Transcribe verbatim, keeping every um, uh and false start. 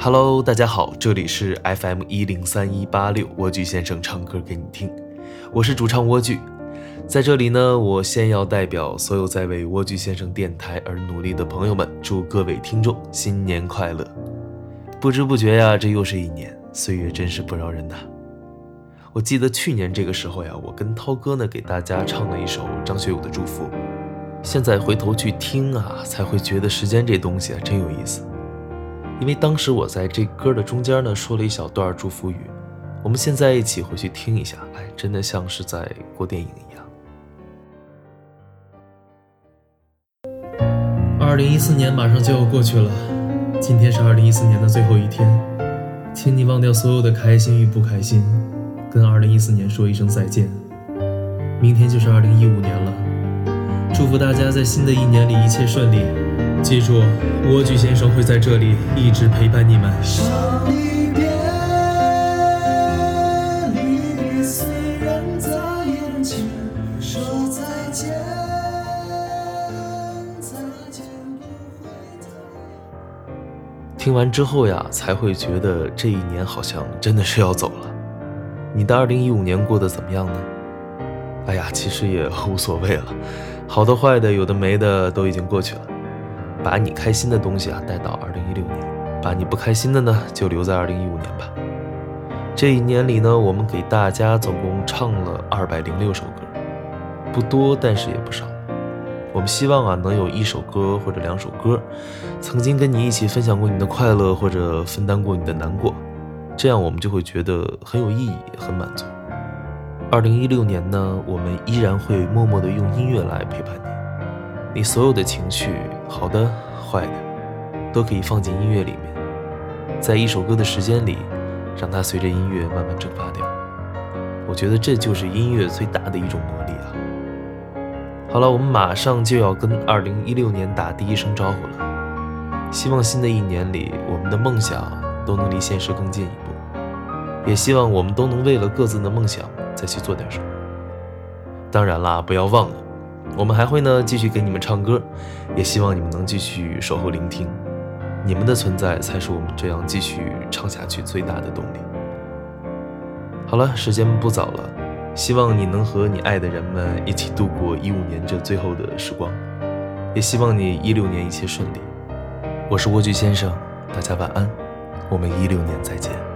Hello， 大家好，这里是 F M 一零三一八六，蜗居先生唱歌给你听，我是主唱蜗居。在这里呢，我先要代表所有在为蜗居先生电台而努力的朋友们，祝各位听众新年快乐。不知不觉呀，这又是一年，岁月真是不饶人呐。我记得去年这个时候呀，我跟涛哥呢给大家唱了一首张学友的《祝福》，现在回头去听啊，才会觉得时间这东西啊真有意思。因为当时我在这歌的中间呢说了一小段祝福语，我们现在一起回去听一下，哎，真的像是在过电影一样。 二零一四年马上就要过去了，今天是二零一四年的最后一天，请你忘掉所有的开心与不开心，跟二零一四年说一声再见。明天就是二零一五年了，祝福大家在新的一年里一切顺利。记住，蜗居先生会在这里一直陪伴你们。 上一遍，离别虽然在眼前，说再见，再见不回头。 听完之后呀，才会觉得这一年好像真的是要走了。你的二零一五年过得怎么样呢？哎呀，其实也无所谓了，好的坏的有的没的都已经过去了。把你开心的东西啊带到二零一六年，把你不开心的呢就留在二零一五年吧。这一年里呢，我们给大家总共唱了二百零六首歌，不多但是也不少。我们希望啊能有一首歌或者两首歌曾经跟你一起分享过你的快乐，或者分担过你的难过，这样我们就会觉得很有意义，很满足。二零一六年呢，我们依然会默默地用音乐来陪伴你，你所有的情绪，好的坏的，都可以放进音乐里面，在一首歌的时间里，让它随着音乐慢慢蒸发掉。我觉得这就是音乐最大的一种魔力啊。好了，我们马上就要跟二零一六年打第一声招呼了，希望新的一年里，我们的梦想都能离现实更近一步，也希望我们都能为了各自的梦想再去做点什么。当然啦，不要忘了，我们还会呢继续给你们唱歌，也希望你们能继续守候聆听，你们的存在才是我们这样继续唱下去最大的动力。好了，时间不早了，希望你能和你爱的人们一起度过一五年这最后的时光，也希望你一六年一切顺利。我是蜗居先生，大家晚安，我们一六年再见。